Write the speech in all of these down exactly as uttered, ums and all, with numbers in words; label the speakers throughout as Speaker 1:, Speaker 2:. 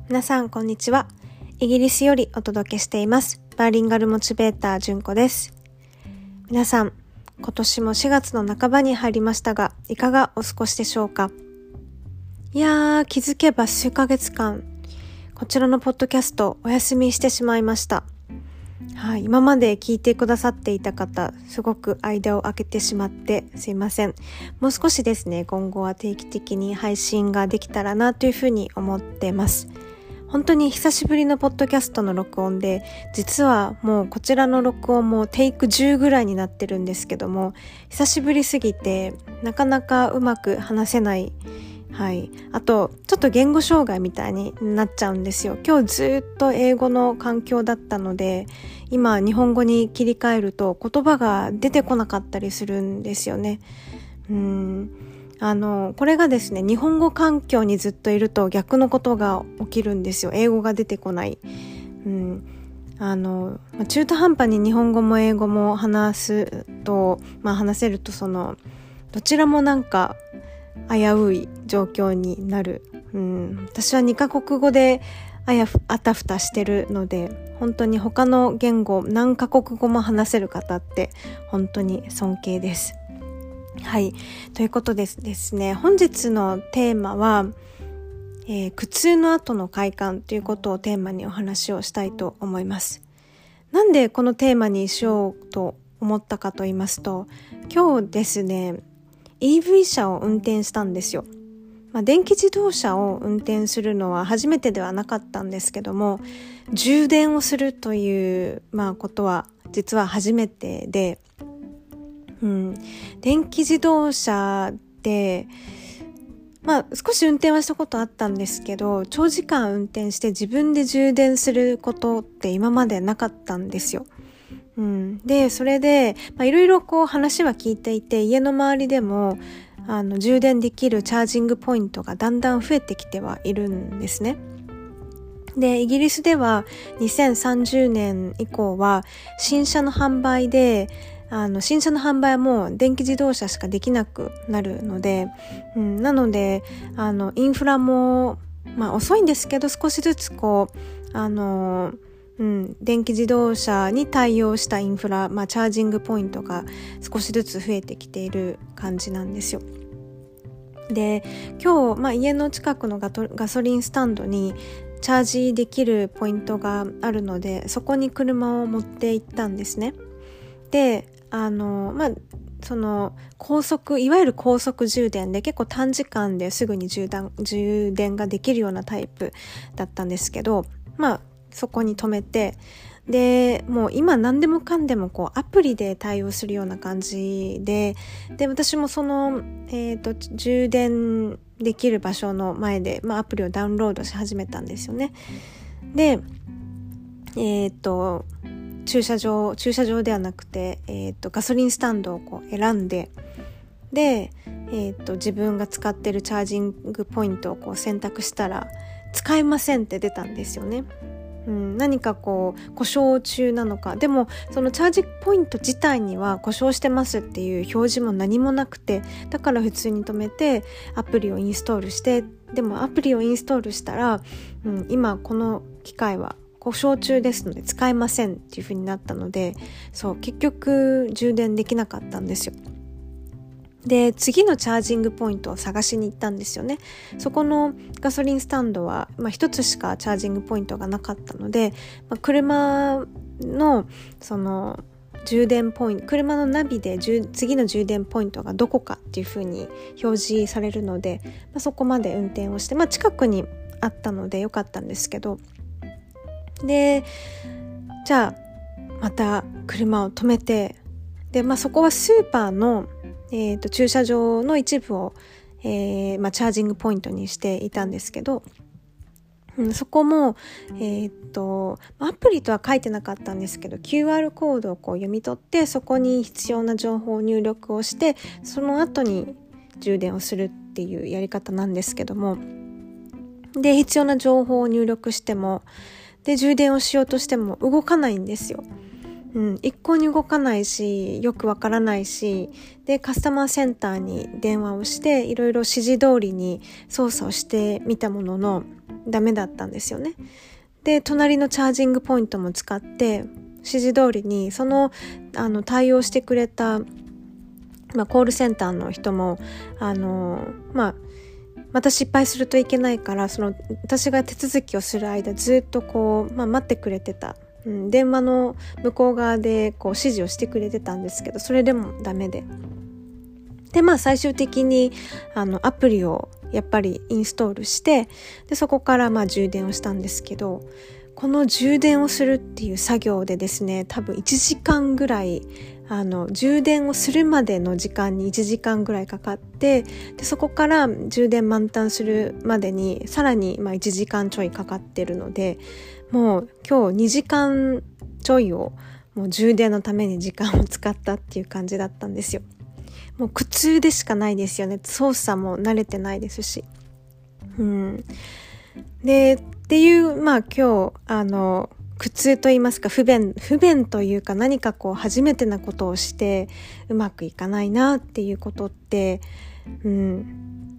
Speaker 1: 皆さんこんにちは。イギリスよりお届けしていますバイリンガルモチベーターじゅんこです。皆さん今年もしがつの半ばに入りましたが、いかがお過ごしでしょうか。いやー、気づけば数ヶ月間こちらのポッドキャストお休みしてしまいました。はい、今まで聞いてくださっていた方、すごく間を空けてしまってすいません。もう少しですね、今後は定期的に配信ができたらなというふうに思ってます。本当に久しぶりのポッドキャストの録音で、実はもうこちらの録音もテイクじゅうぐらいになってるんですけども、久しぶりすぎてなかなかうまく話せない。はい。あと、ちょっと言語障害みたいになっちゃうんですよ。今日ずっと英語の環境だったので、今日本語に切り替えると言葉が出てこなかったりするんですよね。うーん。あの、これがですね、日本語環境にずっといると逆のことが起きるんですよ。英語が出てこない。うん。あの、中途半端に日本語も英語も話すと、まあ話せるとその、どちらもなんか、危うい状況になる、うん、私はにカ国語であやふあたふたしてるので、本当に他の言語何カ国語も話せる方って本当に尊敬です。はい、ということですですね、本日のテーマは、えー、苦痛の後の快感ということをテーマにお話をしたいと思います。なんでこのテーマにしようと思ったかと言いますと、今日ですねイーブイ 車を運転したんですよ。まあ、電気自動車を運転するのは初めてではなかったんですけども、充電をするという、まあ、ことは実は初めてで、うん、電気自動車で、まあ、少し運転はしたことあったんですけど、長時間運転して自分で充電することって今までなかったんですよ。うん、でそれでいろいろこう話は聞いていて、家の周りでもあの充電できるチャージングポイントがだんだん増えてきてはいるんですね。でイギリスではにせんさんじゅうねん以降は新車の販売であの新車の販売はもう電気自動車しかできなくなるので、うん、なのであのインフラも、まあ、遅いんですけど少しずつこうあのうん、電気自動車に対応したインフラ、まあ、チャージングポイントが少しずつ増えてきている感じなんですよ。で今日、まあ、家の近くのガトガソリンスタンドにチャージできるポイントがあるので、そこに車を持って行ったんですね。であのまあその高速いわゆる高速充電で結構短時間ですぐに充電、充電ができるようなタイプだったんですけど、まあそこに止めて、でもう今何でもかんでもこうアプリで対応するような感じで、で私もその、えーと、充電できる場所の前で、まあ、アプリをダウンロードし始めたんですよね。でえっ、ー、と駐車場駐車場ではなくて、えーと、ガソリンスタンドをこう選んで、で、えーと、自分が使ってるチャージングポイントをこう選択したら使えませんって出たんですよね。うん、何かこう故障中なのか、でもそのチャージポイント自体には故障してますっていう表示も何もなくて、だから普通に止めてアプリをインストールして、でもアプリをインストールしたら、うん、今この機械は故障中ですので使えませんっていう風になったので、そう結局充電できなかったんですよ。で次のチャージングポイントを探しに行ったんですよね。そこのガソリンスタンドは、まあ、一つしかチャージングポイントがなかったので、まあ、車のその充電ポイント、車のナビで次の充電ポイントがどこかっていう風に表示されるので、まあ、そこまで運転をして、まあ、近くにあったのでよかったんですけど、でじゃあまた車を止めて、で、まあ、そこはスーパーのえーと、駐車場の一部を、えーまあ、チャージングポイントにしていたんですけど、うん、そこも、えーと、アプリとは書いてなかったんですけど キューアール コードをこう読み取って、そこに必要な情報を入力をして、その後に充電をするっていうやり方なんですけども、で必要な情報を入力しても、で充電をしようとしても動かないんですよ。うん、一向に動かないし、よくわからないし、でカスタマーセンターに電話をしていろいろ指示通りに操作をしてみたものの、 ダメだったんですよね。で隣のチャージングポイントも使って指示通りにその、あの対応してくれた、まあ、コールセンターの人もあの、まあ、また失敗するといけないからその私が手続きをする間ずっとこう、まあ、待ってくれてた、うん、電話の向こう側でこう指示をしてくれてたんですけど、それでもダメででまあ最終的にあのアプリをやっぱりインストールして、でそこからまあ充電をしたんですけど、この充電をするっていう作業でですね、多分いちじかんぐらいあの充電をするまでの時間にいちじかんぐらいかかって、でそこから充電満タンするまでにさらにまあいちじかんちょいかかってるので、もう今日にじかんちょいをもう充電のために時間を使ったっていう感じだったんですよ。もう苦痛でしかないですよね。操作も慣れてないですし、うん、でっていうまあ今日あの苦痛と言いますか不便不便というか、何かこう初めてなことをしてうまくいかないなっていうことって、うん、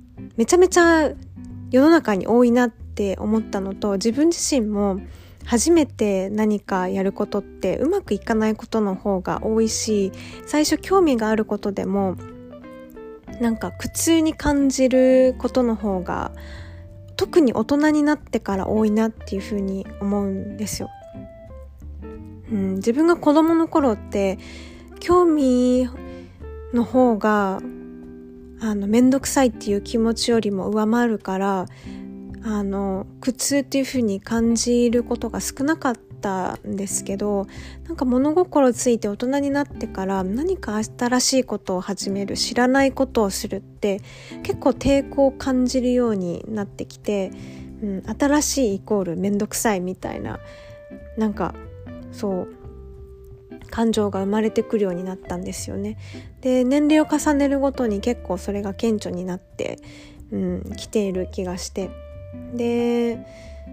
Speaker 1: めちゃめちゃ世の中に多いなって思ったのと、自分自身も初めて何かやることってうまくいかないことの方が多いし、最初興味があることでもなんか苦痛に感じることの方が特に大人になってから多いなっていうふうに思うんですよ。うん、自分が子供の頃って興味の方があのめんどくさいっていう気持ちよりも上回るから、あの苦痛っていう風に感じることが少なかったんですけど、なんか物心ついて大人になってから何か新しいことを始める、知らないことをするって結構抵抗を感じるようになってきて、うん、新しいイコールめんどくさいみたいな、なんかそう感情が生まれてくるようになったんですよね。で年齢を重ねるごとに結構それが顕著になって、うん、来ている気がして、で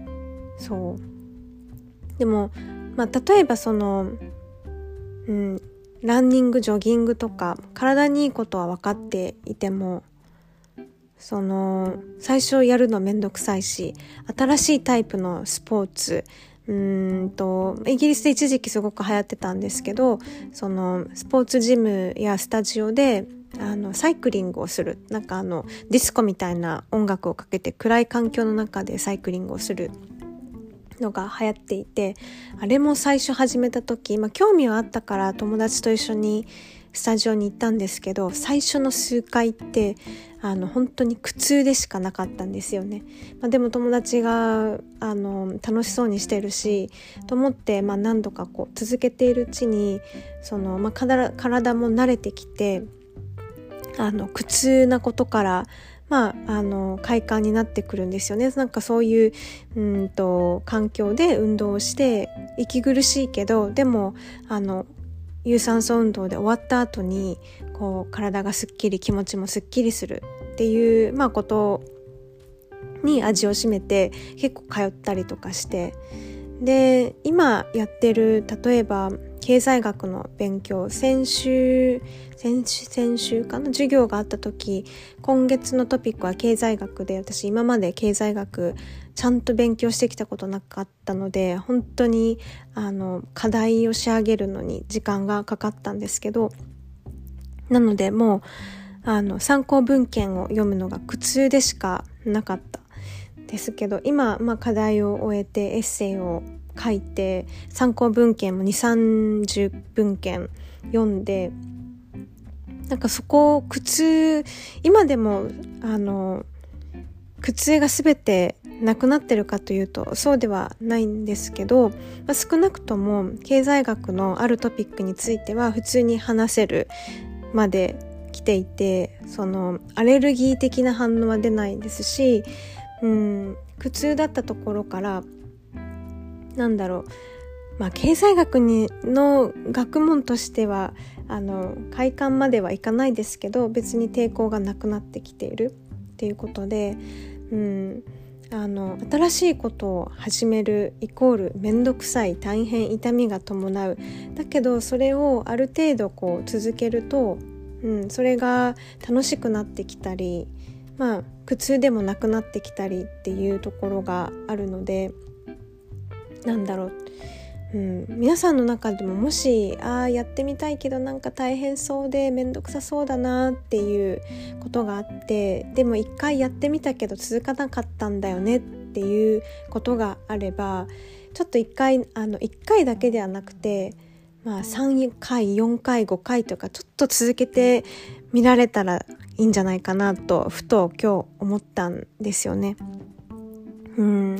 Speaker 1: そうでも、まあ、例えばその、うん、ランニングジョギングとか体にいいことは分かっていても、その最初やるのめんどくさいし、新しいタイプのスポーツ、うーんとイギリスで一時期すごく流行ってたんですけど、そのスポーツジムやスタジオであのサイクリングをする、なんかあのディスコみたいな音楽をかけて暗い環境の中でサイクリングをするのが流行っていて、あれも最初始めた時、まあ、興味はあったから友達と一緒にスタジオに行ったんですけど、最初の数回ってあの本当に苦痛でしかなかったんですよね。まあ、でも友達があの楽しそうにしてるしと思って、まあ、何度かこう続けているうちにその、まあ、体、体も慣れてきて、あの苦痛なことからまあ、あの快感になってくるんですよね。なんかそういううんと環境で運動をして息苦しいけど、でもあの有酸素運動で終わった後にこう体がすっきり、気持ちもすっきりするっていう、まあ、ことに味を占めて結構通ったりとかして、で今やってる例えば経済学の勉強、先週先週先週かな授業があった時、今月のトピックは経済学で、私今まで経済学ちゃんと勉強してきたことなかったので、本当にあの課題を仕上げるのに時間がかかったんですけど、なのでもうあの参考文献を読むのが苦痛でしかなかったですけど、今、まあ、課題を終えてエッセイを書いて参考文献もにじゅう、さんじゅうぶんけん読んで、なんかそこ苦痛、今でもあの苦痛が全てなくなってるかというとそうではないんですけど、まあ、少なくとも経済学のあるトピックについては普通に話せるまで来ていて、そのアレルギー的な反応は出ないですし、うん、苦痛だったところからなんだろう、まあ、経済学にの学問としてはあの快感まではいかないですけど、別に抵抗がなくなってきているっていうことで、うん、あの新しいことを始めるイコールめんどくさい、大変痛みが伴う。だけどそれをある程度こう続けると、うん、それが楽しくなってきたり、まあ苦痛でもなくなってきたりっていうところがあるので、なんだろう、うん、皆さんの中でももしあーやってみたいけどなんか大変そうでめんどくさそうだなっていうことがあって、でも一回やってみたけど続かなかったんだよねっていうことがあれば、ちょっと一回あの一回だけではなくて、まあ、さんかいよんかいごかいとかちょっと続けてみられたらいいんじゃないかなとふと今日思ったんですよね。うん、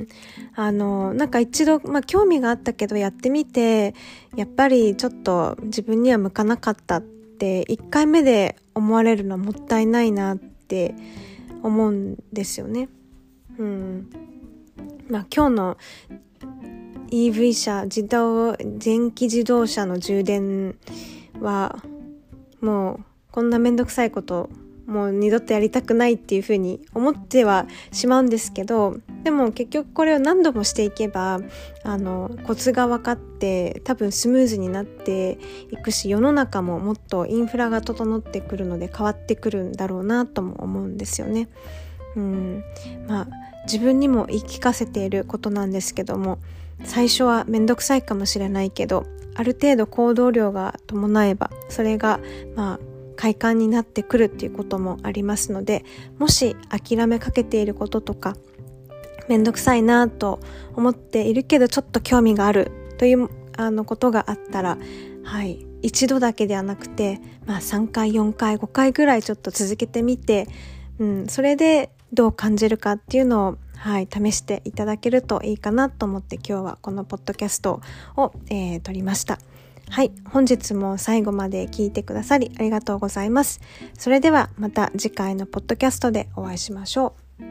Speaker 1: あのなんか一度、まあ、興味があったけどやってみてやっぱりちょっと自分には向かなかったっていっかいめで思われるのはもったいないなって思うんですよね。うんまあ、今日の イーブイ 車自動電気自動車の充電はもうこんなめんどくさいこともう二度とやりたくないっていうふうに思ってはしまうんですけど、でも結局これを何度もしていけばあのコツが分かって多分スムーズになっていくし、世の中ももっとインフラが整ってくるので変わってくるんだろうなとも思うんですよね。うんまあ自分にも言い聞かせていることなんですけども、最初はめんどくさいかもしれないけどある程度行動量が伴えばそれがまあ快感になってくるっていうこともありますので、もし諦めかけていることとかめんどくさいなと思っているけどちょっと興味があるというあのことがあったら、はい一度だけではなくて、まあ、さんかいよんかいごかいぐらいちょっと続けてみて、うん、それでどう感じるかっていうのをはい、試していただけるといいかなと思って今日はこのポッドキャストを、えー、撮りました。はい、本日も最後まで聞いてくださりありがとうございます。それではまた次回のポッドキャストでお会いしましょう。